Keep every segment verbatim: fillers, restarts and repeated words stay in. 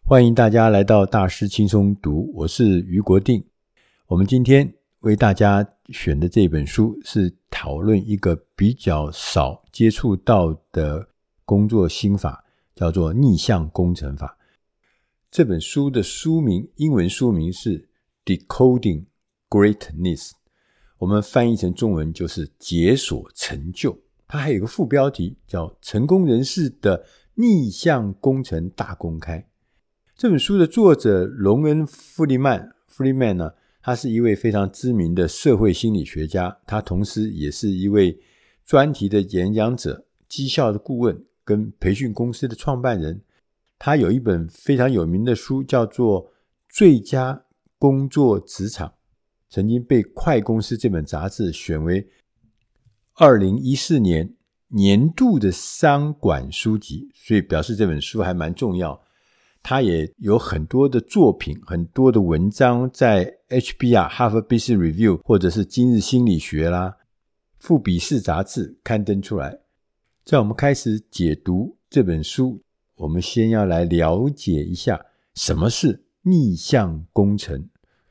欢迎大家来到大师轻松读，我是余国定。我们今天为大家选的这本书是讨论一个比较少接触到的工作心法，叫做逆向工程法。这本书的书名，英文书名是 Decoding Greatness， 我们翻译成中文就是解锁成就。它还有一个副标题叫成功人士的逆向工程大公开。这本书的作者隆恩·弗利曼弗利曼呢，他是一位非常知名的社会心理学家，他同时也是一位专题的演讲者、绩效的顾问跟培训公司的创办人。他有一本非常有名的书叫做《最佳工作职场》，曾经被《快公司》这本杂志选为二零一四年年度的商管书籍，所以表示这本书还蛮重要。他也有很多的作品，很多的文章在 H B R Harvard Business Review 或者是今日心理学啦、富比士杂志刊登出来。在我们开始解读这本书，我们先要来了解一下什么是逆向工程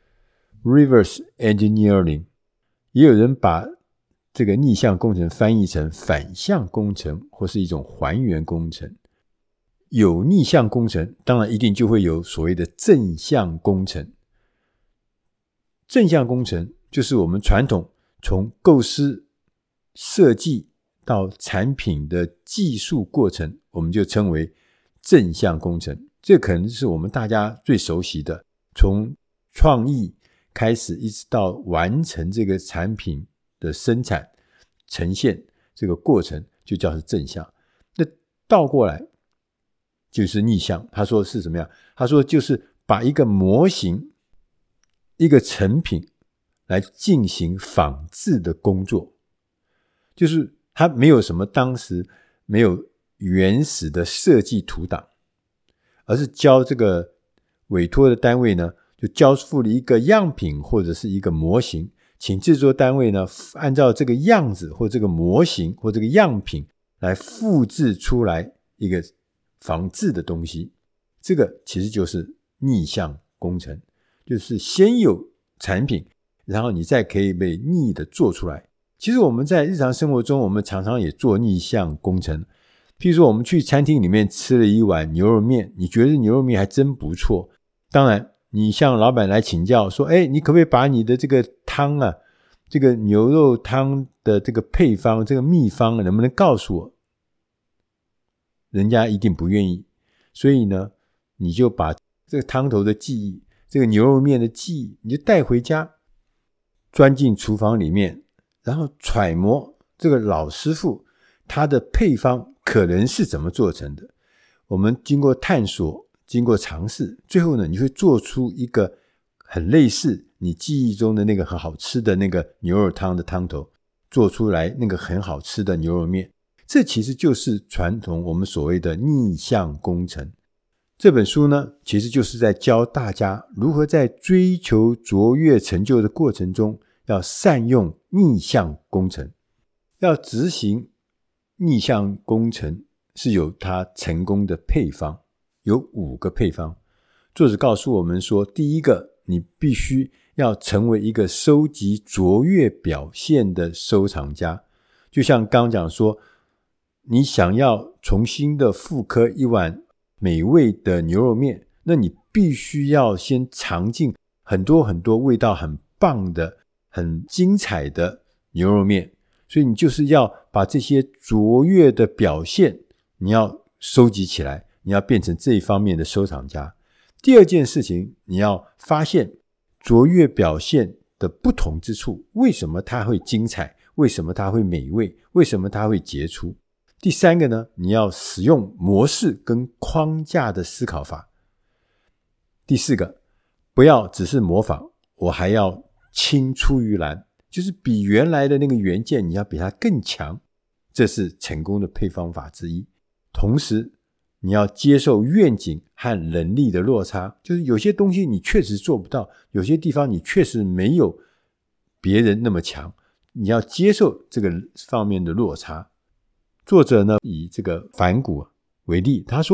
Reverse Engineering， 也有人把这个逆向工程翻译成反向工程或是一种还原工程。有逆向工程，当然一定就会有所谓的正向工程。正向工程就是我们传统从构思、设计到产品的技术过程，我们就称为正向工程。这可能是我们大家最熟悉的，从创意开始一直到完成这个产品的生产呈现这个过程就叫是正向。那倒过来就是逆向，他说是什么样？他说就是把一个模型、一个成品来进行仿制的工作，就是他没有什么当时没有原始的设计图档，而是教这个委托的单位呢，就交付了一个样品或者是一个模型，请制作单位呢按照这个样子或这个模型或这个样品来复制出来一个仿制的东西。这个其实就是逆向工程，就是先有产品，然后你再可以被逆的做出来。其实我们在日常生活中，我们常常也做逆向工程。譬如说我们去餐厅里面吃了一碗牛肉面，你觉得牛肉面还真不错，当然你向老板来请教说，哎，你可不可以把你的这个汤啊，这个牛肉汤的这个配方，这个秘方能不能告诉我？人家一定不愿意，所以呢，你就把这个汤头的记忆，这个牛肉面的记忆，你就带回家，钻进厨房里面，然后揣摩这个老师傅他的配方可能是怎么做成的。我们经过探索，经过尝试，最后呢，你会做出一个很类似你记忆中的那个很好吃的那个牛肉汤的汤头，做出来那个很好吃的牛肉面。这其实就是传统我们所谓的逆向工程。这本书呢，其实就是在教大家如何在追求卓越成就的过程中，要善用逆向工程。要执行逆向工程是有它成功的配方，有五个配方。作者告诉我们说，第一个，你必须要成为一个收集卓越表现的收藏家。就像刚刚讲说，你想要重新的复刻一碗美味的牛肉面，那你必须要先尝尽很多很多味道很棒的、很精彩的牛肉面。所以你就是要把这些卓越的表现，你要收集起来，你要变成这一方面的收藏家。第二件事情，你要发现卓越表现的不同之处，为什么它会精彩，为什么它会美味，为什么它会杰出。第三个呢，你要使用模式跟框架的思考法。第四个，不要只是模仿，我还要青出于蓝，就是比原来的那个元件你要比它更强，这是成功的配方法之一。同时你要接受愿景和能力的落差，就是有些东西你确实做不到，有些地方你确实没有别人那么强，你要接受这个方面的落差。作者呢，以这个梵谷为例，他说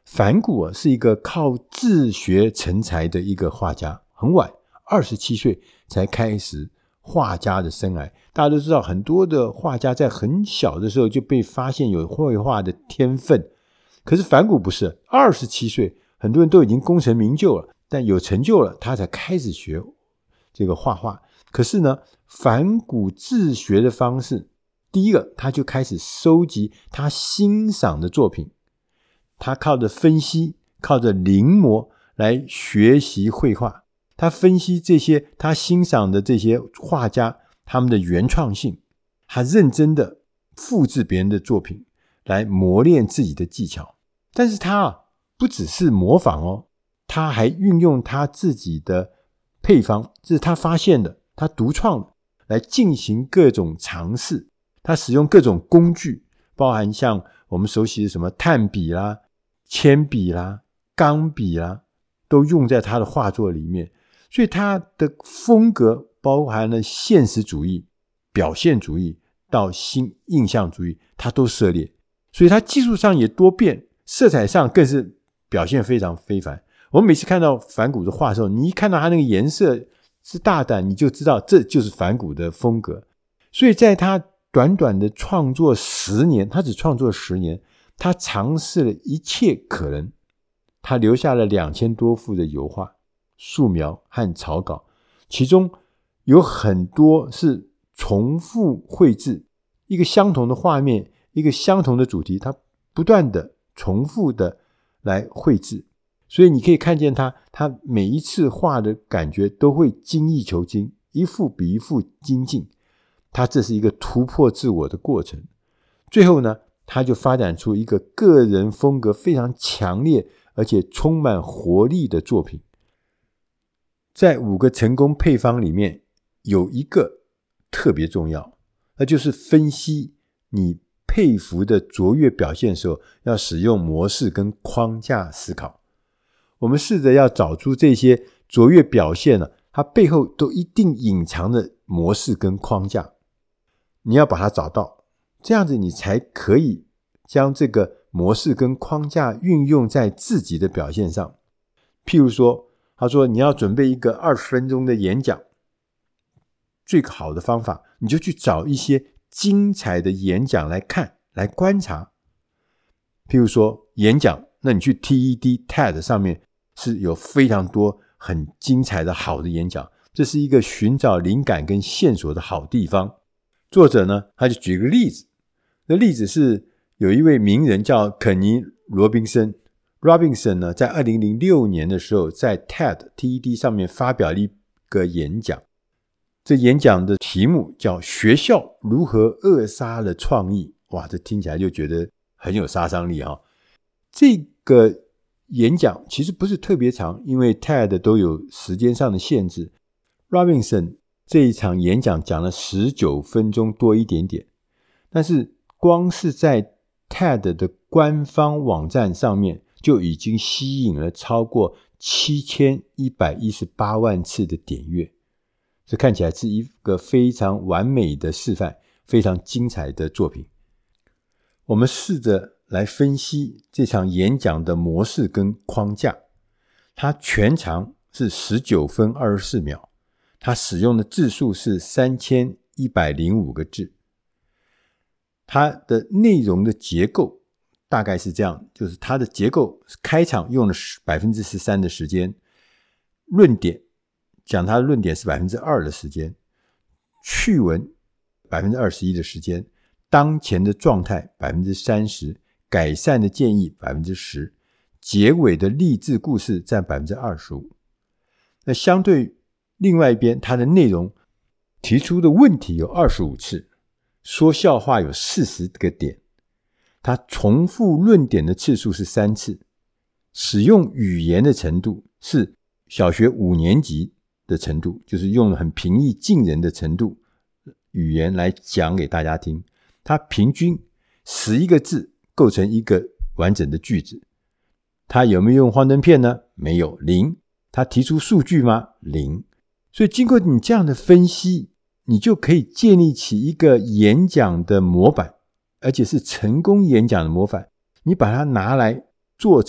梵谷啊是一个靠自学成才的一个画家，很晚二十七岁才开始画家的生涯。大家都知道，很多的画家在很小的时候就被发现有绘画的天分，可是梵谷不是，二十七岁很多人都已经功成名就了，但有成就了他才开始学这个画画。可是呢，梵谷自学的方式，第一个他就开始收集他欣赏的作品，他靠着分析，靠着临摹来学习绘画。他分析这些他欣赏的这些画家他们的原创性，他认真的复制别人的作品来磨练自己的技巧。但是他啊不只是模仿哦，他还运用他自己的配方，这是他发现的，他独创的，来进行各种尝试。他使用各种工具，包含像我们熟悉的什么炭笔啦、铅笔啦、钢笔啦，都用在他的画作里面。所以他的风格包含了现实主义、表现主义到新印象主义，他都涉猎。所以他技术上也多变，色彩上更是表现非常非凡。我们每次看到梵谷的画的时候，你一看到他那个颜色是大胆，你就知道这就是梵谷的风格。所以在他短短的创作十年，他只创作十年，他尝试了一切可能，他留下了两千多幅的油画、素描和草稿，其中有很多是重复绘制，一个相同的画面，一个相同的主题，他不断的重复的来绘制。所以你可以看见他他每一次画的感觉都会精益求精，一幅比一幅精进。他这是一个突破自我的过程。最后呢，他就发展出一个个人风格非常强烈而且充满活力的作品。在五个成功配方里面，有一个特别重要，那就是分析你佩服的卓越表现的时候，要使用模式跟框架思考。我们试着要找出这些卓越表现呢，它背后都一定隐藏的模式跟框架，你要把它找到，这样子你才可以将这个模式跟框架运用在自己的表现上。譬如说，他说你要准备一个二十分钟的演讲，最好的方法你就去找一些精彩的演讲来看，来观察。譬如说演讲，那你去 T E D T E D 上面是有非常多很精彩的好的演讲，这是一个寻找灵感跟线索的好地方。作者呢，他就举个例子，那例子是有一位名人叫肯尼·罗宾森。Robinson 呢，在二零零六年的时候，在 T E D T E D 上面发表了一个演讲。这演讲的题目叫学校如何扼杀了创意。哇，这听起来就觉得很有杀伤力哈。这个演讲其实不是特别长，因为 T E D 都有时间上的限制。Robinson 这一场演讲讲了十九分钟多一点点，但是光是在 T E D 的官方网站上面就已经吸引了超过七千一百一十八万次的点阅，这看起来是一个非常完美的示范，非常精彩的作品。我们试着来分析这场演讲的模式跟框架。它全长是十九分二十四秒，它使用的字数是三千一百零五个字。它的内容的结构大概是这样，就是它的结构开场用了 百分之十三 的时间，论点讲它的论点是 百分之二 的时间，趣闻 百分之二十一 的时间，当前的状态 百分之三十， 改善的建议 百分之十， 结尾的励志故事占 百分之二十五。 那相对另外一边，它的内容提出的问题有二十五次，说笑话有四十个点，它重复论点的次数是三次，使用语言的程度是小学五年级的程度，就是用很平易近人的程度语言来讲给大家听。它平均十一个字构成一个完整的句子。它有没有用幻灯片呢？没有，零。它提出数据吗？零。所以经过你这样的分析，你就可以建立起一个演讲的模板，而且是成功演讲的模板。你把它拿来做成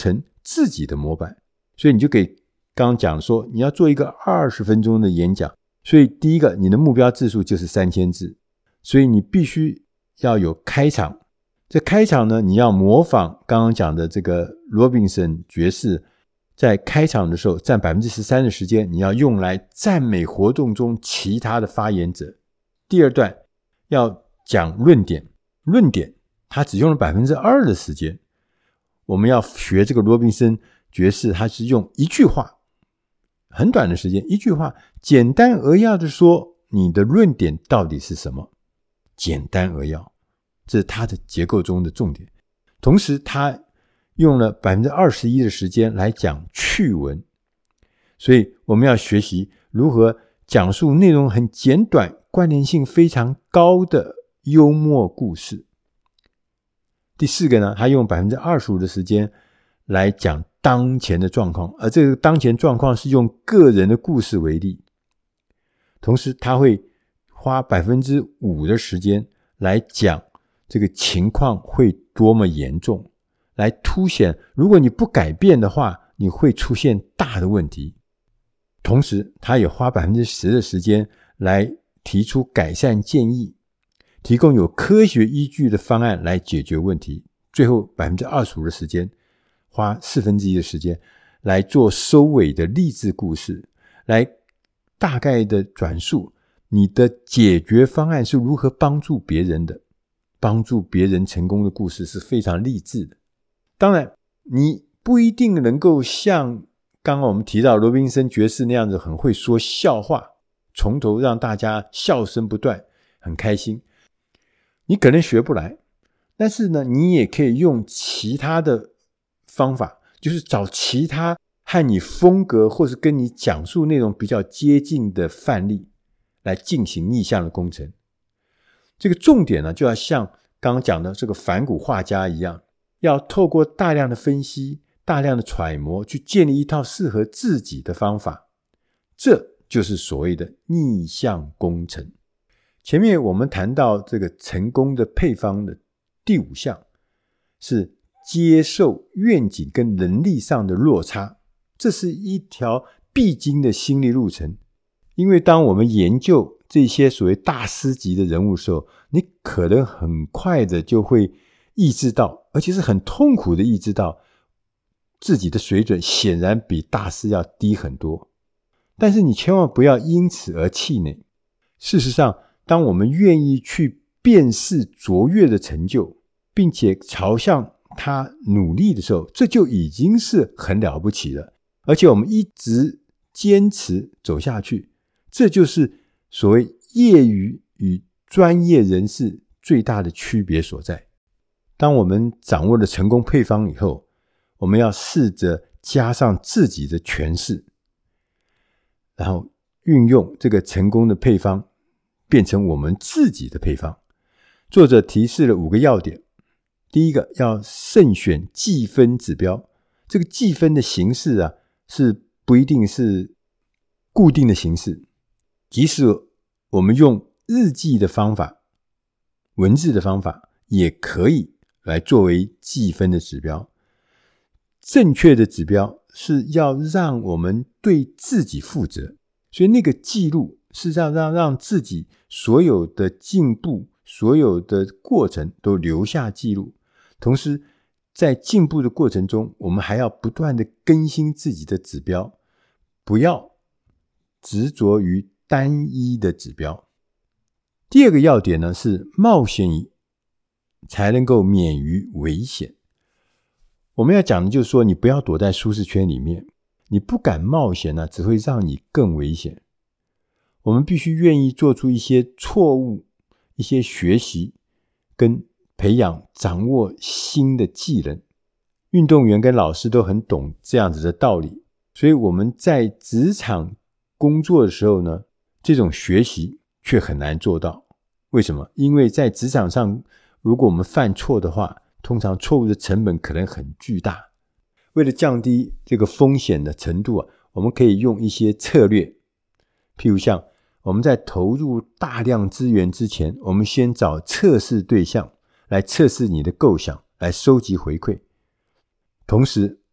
自己的模板。所以你就给刚刚讲说你要做一个二十分钟的演讲，所以第一个你的目标字数就是三千字，所以你必须要有开场。这开场呢，你要模仿刚刚讲的这个罗宾森爵士，在开场的时候占 百分之十三 的时间，你要用来赞美活动中其他的发言者。第二段要讲论点，论点他只用了 百分之二 的时间。我们要学这个罗宾森爵士，他是用一句话，很短的时间，一句话简单扼要的说你的论点到底是什么，简单扼要，这是他的结构中的重点。同时他用了 百分之二十一 的时间来讲趣闻，所以我们要学习如何讲述内容很简短、关联性非常高的幽默故事。第四个呢，他用 百分之二十五 的时间来讲当前的状况，而这个当前状况是用个人的故事为例。同时他会花 百分之五 的时间来讲这个情况会多么严重，来凸显如果你不改变的话，你会出现大的问题。同时他也花 百分之十 的时间来提出改善建议，提供有科学依据的方案来解决问题。最后 百分之二十五 的时间，花四分之一的时间来做收尾的励志故事，来大概的转述你的解决方案是如何帮助别人的。帮助别人成功的故事是非常励志的。当然你不一定能够像刚刚我们提到罗宾森爵士那样子很会说笑话，从头让大家笑声不断，很开心，你可能学不来。但是呢，你也可以用其他的方法，就是找其他和你风格或是跟你讲述内容比较接近的范例来进行逆向的工程。这个重点呢，就要像刚刚讲的这个反骨画家一样，要透过大量的分析、大量的揣摩，去建立一套适合自己的方法。这就是所谓的逆向工程。前面我们谈到这个成功的配方的第五项是接受愿景跟能力上的落差，这是一条必经的心理路程。因为当我们研究这些所谓大师级的人物的时候，你可能很快的就会意识到，而且是很痛苦的意识到自己的水准显然比大师要低很多。但是你千万不要因此而气馁。事实上，当我们愿意去辨识卓越的成就，并且朝向他努力的时候，这就已经是很了不起了。而且我们一直坚持走下去，这就是所谓业余与专业人士最大的区别所在。当我们掌握了成功配方以后，我们要试着加上自己的诠释，然后运用这个成功的配方变成我们自己的配方。作者提示了五个要点。第一个，要慎选计分指标。这个计分的形式啊，是不一定是固定的形式，即使我们用日记的方法、文字的方法，也可以来作为计分的指标。正确的指标是要让我们对自己负责，所以那个记录是要让让自己所有的进步、所有的过程都留下记录。同时在进步的过程中，我们还要不断的更新自己的指标，不要执着于单一的指标。第二个要点呢，是冒险才能够免于危险。我们要讲的就是说，你不要躲在舒适圈里面，你不敢冒险呢，只会让你更危险。我们必须愿意做出一些错误、一些学习跟培养掌握新的技能。运动员跟老师都很懂这样子的道理，所以我们在职场工作的时候呢，这种学习却很难做到。为什么？因为在职场上，如果我们犯错的话，通常错误的成本可能很巨大。为了降低这个风险的程度啊，我们可以用一些策略，譬如像我们在投入大量资源之前，我们先找测试对象来测试你的构想，来收集回馈。同时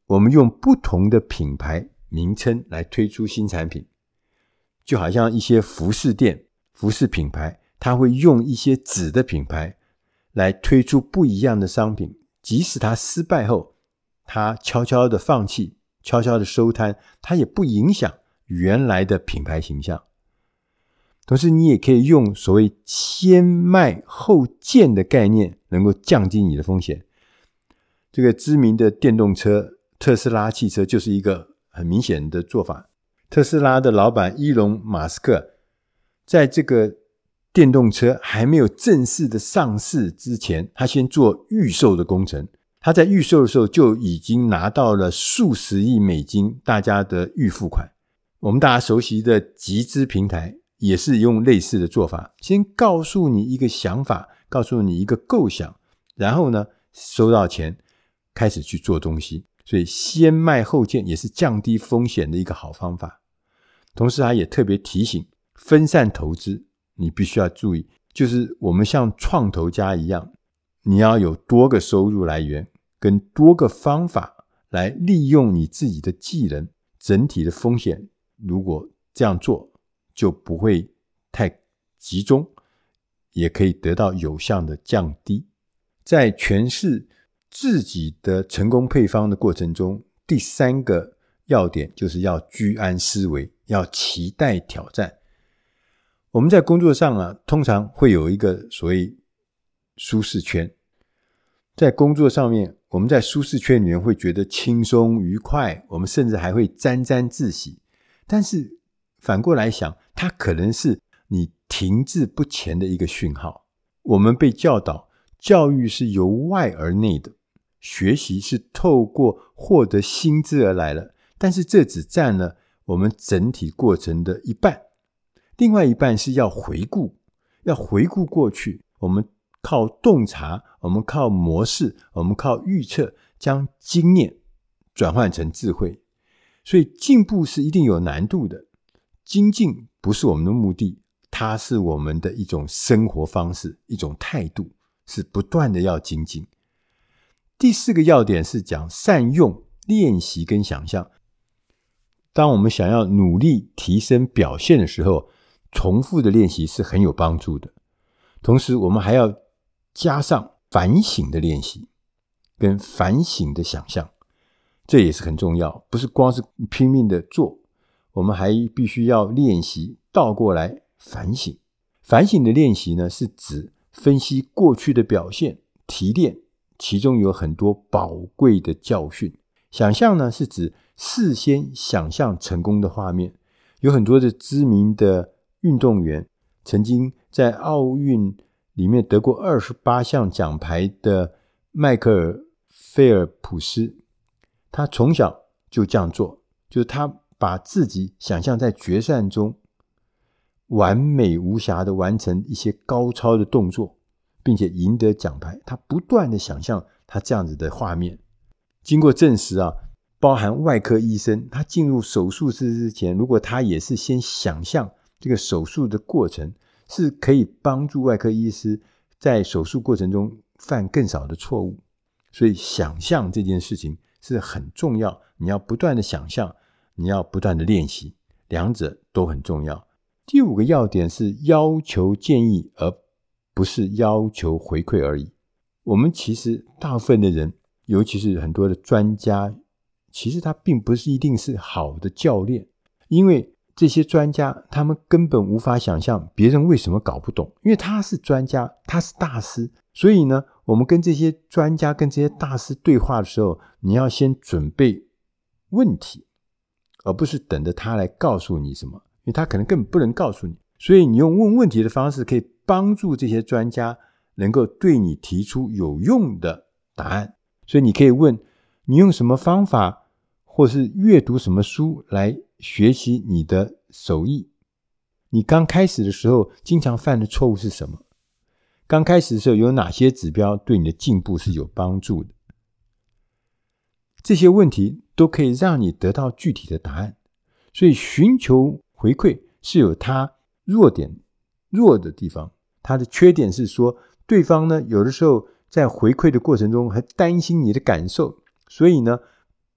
我们用不同的品牌名称来推出新产品，就好像一些服饰店、服饰品牌，它会用一些子的品牌来推出不一样的商品，即使它失败后，它悄悄的放弃，悄悄的收摊，它也不影响原来的品牌形象。同时你也可以用所谓先卖后建的概念，能够降低你的风险。这个知名的电动车特斯拉汽车就是一个很明显的做法。特斯拉的老板伊隆马斯克在这个电动车还没有正式的上市之前，他先做预售的工程，他在预售的时候就已经拿到了数十亿美金大家的预付款。我们大家熟悉的集资平台也是用类似的做法，先告诉你一个想法，告诉你一个构想，然后呢收到钱开始去做东西。所以先卖后建也是降低风险的一个好方法。同时他也特别提醒分散投资你必须要注意，就是我们像创投家一样，你要有多个收入来源跟多个方法来利用你自己的技能，整体的风险如果这样做就不会太集中，也可以得到有效的降低。在诠释自己的成功配方的过程中，第三个要点就是要居安思危，要期待挑战。我们在工作上啊，通常会有一个所谓舒适圈，在工作上面，我们在舒适圈里面会觉得轻松愉快，我们甚至还会沾沾自喜。但是反过来想，它可能是你停滞不前的一个讯号。我们被教导，教育是由外而内的，学习是透过获得新知而来的，但是这只占了我们整体过程的一半，另外一半是要回顾，要回顾过去，我们靠洞察，我们靠模式，我们靠预测，将经验转换成智慧。所以进步是一定有难度的，精进不是我们的目的，它是我们的一种生活方式，一种态度，是不断的要精进。第四个要点是讲善用练习跟想象。当我们想要努力提升表现的时候，重复的练习是很有帮助的。同时我们还要加上反省的练习跟反省的想象，这也是很重要，不是光是拼命的做，我们还必须要练习倒过来反省。反省的练习呢，是指分析过去的表现，提炼其中有很多宝贵的教训。想象呢，是指事先想象成功的画面。有很多的知名的运动员，曾经在奥运里面得过二十八项奖牌的迈克尔·菲尔普斯，他从小就这样做，就是他把自己想象在决赛中完美无瑕的完成一些高超的动作，并且赢得奖牌。他不断的想象他这样子的画面。经过证实啊，包含外科医生，他进入手术室之前，如果他也是先想象这个手术的过程，是可以帮助外科医师在手术过程中犯更少的错误。所以想象这件事情是很重要，你要不断的想象，你要不断的练习，两者都很重要。第五个要点是要求建议，而不是要求回馈而已。我们其实大部分的人，尤其是很多的专家，其实他并不是一定是好的教练，因为这些专家他们根本无法想象别人为什么搞不懂，因为他是专家，他是大师。所以呢，我们跟这些专家跟这些大师对话的时候，你要先准备问题，而不是等着他来告诉你什么，因为他可能根本不能告诉你。所以你用问问题的方式可以帮助这些专家能够对你提出有用的答案。所以你可以问，你用什么方法或是阅读什么书来学习你的手艺？你刚开始的时候经常犯的错误是什么？刚开始的时候有哪些指标对你的进步是有帮助的？这些问题都可以让你得到具体的答案。所以寻求回馈是有它弱点弱的地方，它的缺点是说对方呢有的时候在回馈的过程中还担心你的感受，所以呢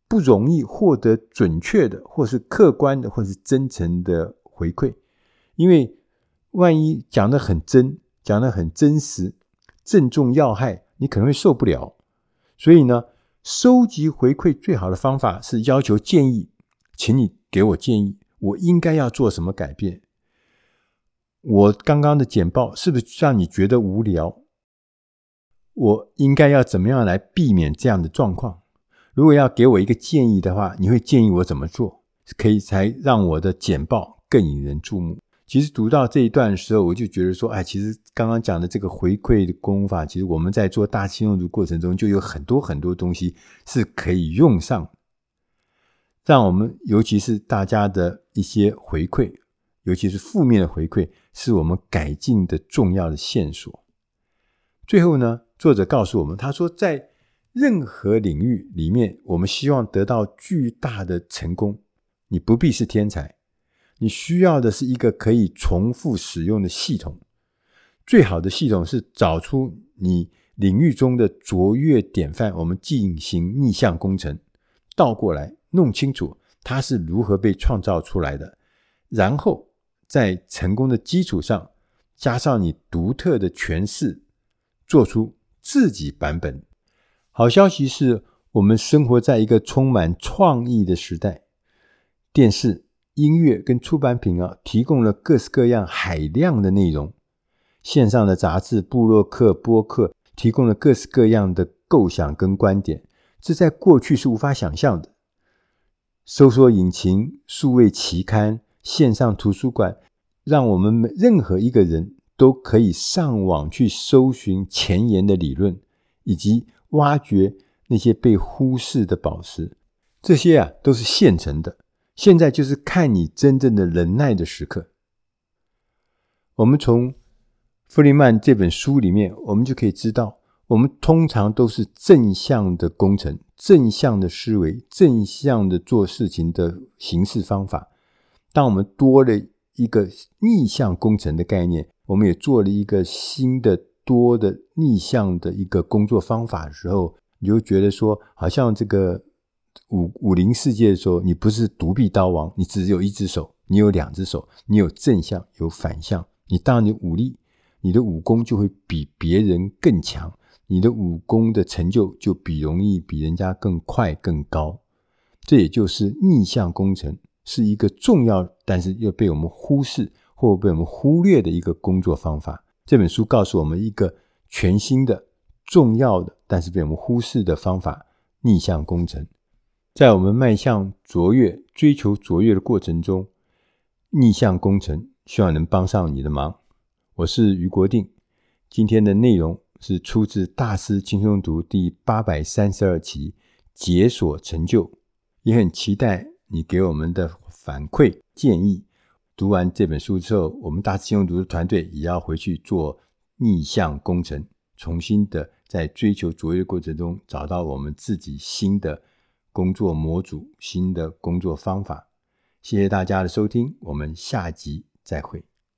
不容易获得准确的或是客观的或是真诚的回馈，因为万一讲得很真，讲得很真实，正中要害，你可能会受不了。所以呢，收集回馈最好的方法是要求建议，请你给我建议，我应该要做什么改变？我刚刚的简报是不是让你觉得无聊？我应该要怎么样来避免这样的状况？如果要给我一个建议的话，你会建议我怎么做，可以才让我的简报更引人注目？其实读到这一段的时候，我就觉得说，哎，其实刚刚讲的这个回馈的功法，其实我们在做大气用读过程中就有很多很多东西是可以用上的，让我们尤其是大家的一些回馈，尤其是负面的回馈，是我们改进的重要的线索。最后呢，作者告诉我们，他说在任何领域里面，我们希望得到巨大的成功，你不必是天才，你需要的是一个可以重复使用的系统。最好的系统是找出你领域中的卓越典范，我们进行逆向工程，倒过来弄清楚它是如何被创造出来的，然后在成功的基础上加上你独特的诠释，做出自己版本。好消息是，我们生活在一个充满创意的时代，电视、音乐跟出版品啊，提供了各式各样海量的内容，线上的杂志、部落客、播客提供了各式各样的构想跟观点，这在过去是无法想象的。搜索引擎、数位期刊、线上图书馆，让我们任何一个人都可以上网去搜寻前沿的理论，以及挖掘那些被忽视的宝石。这些啊都是现成的，现在就是看你真正的忍耐的时刻。我们从弗里曼这本书里面，我们就可以知道，我们通常都是正向的工程，正向的思维，正向的做事情的行事方法。当我们多了一个逆向工程的概念，我们也做了一个新的多的逆向的一个工作方法的时候，你就觉得说，好像这个武武林世界的时候，你不是独臂刀王，你只有一只手，你有两只手，你有正向有反向，你当然你武力，你的武功就会比别人更强，你的武功的成就就比容易比人家更快更高。这也就是逆向工程是一个重要但是又被我们忽视或被我们忽略的一个工作方法。这本书告诉我们一个全新的重要的但是被我们忽视的方法，逆向工程。在我们迈向卓越追求卓越的过程中，逆向工程希望能帮上你的忙。我是余国定，今天的内容是出自大师轻松读第八百三十二期解锁成就，也很期待你给我们的反馈建议。读完这本书之后，我们大师轻松读的团队也要回去做逆向工程，重新的在追求卓越的过程中找到我们自己新的工作模组，新的工作方法。谢谢大家的收听，我们下集再会。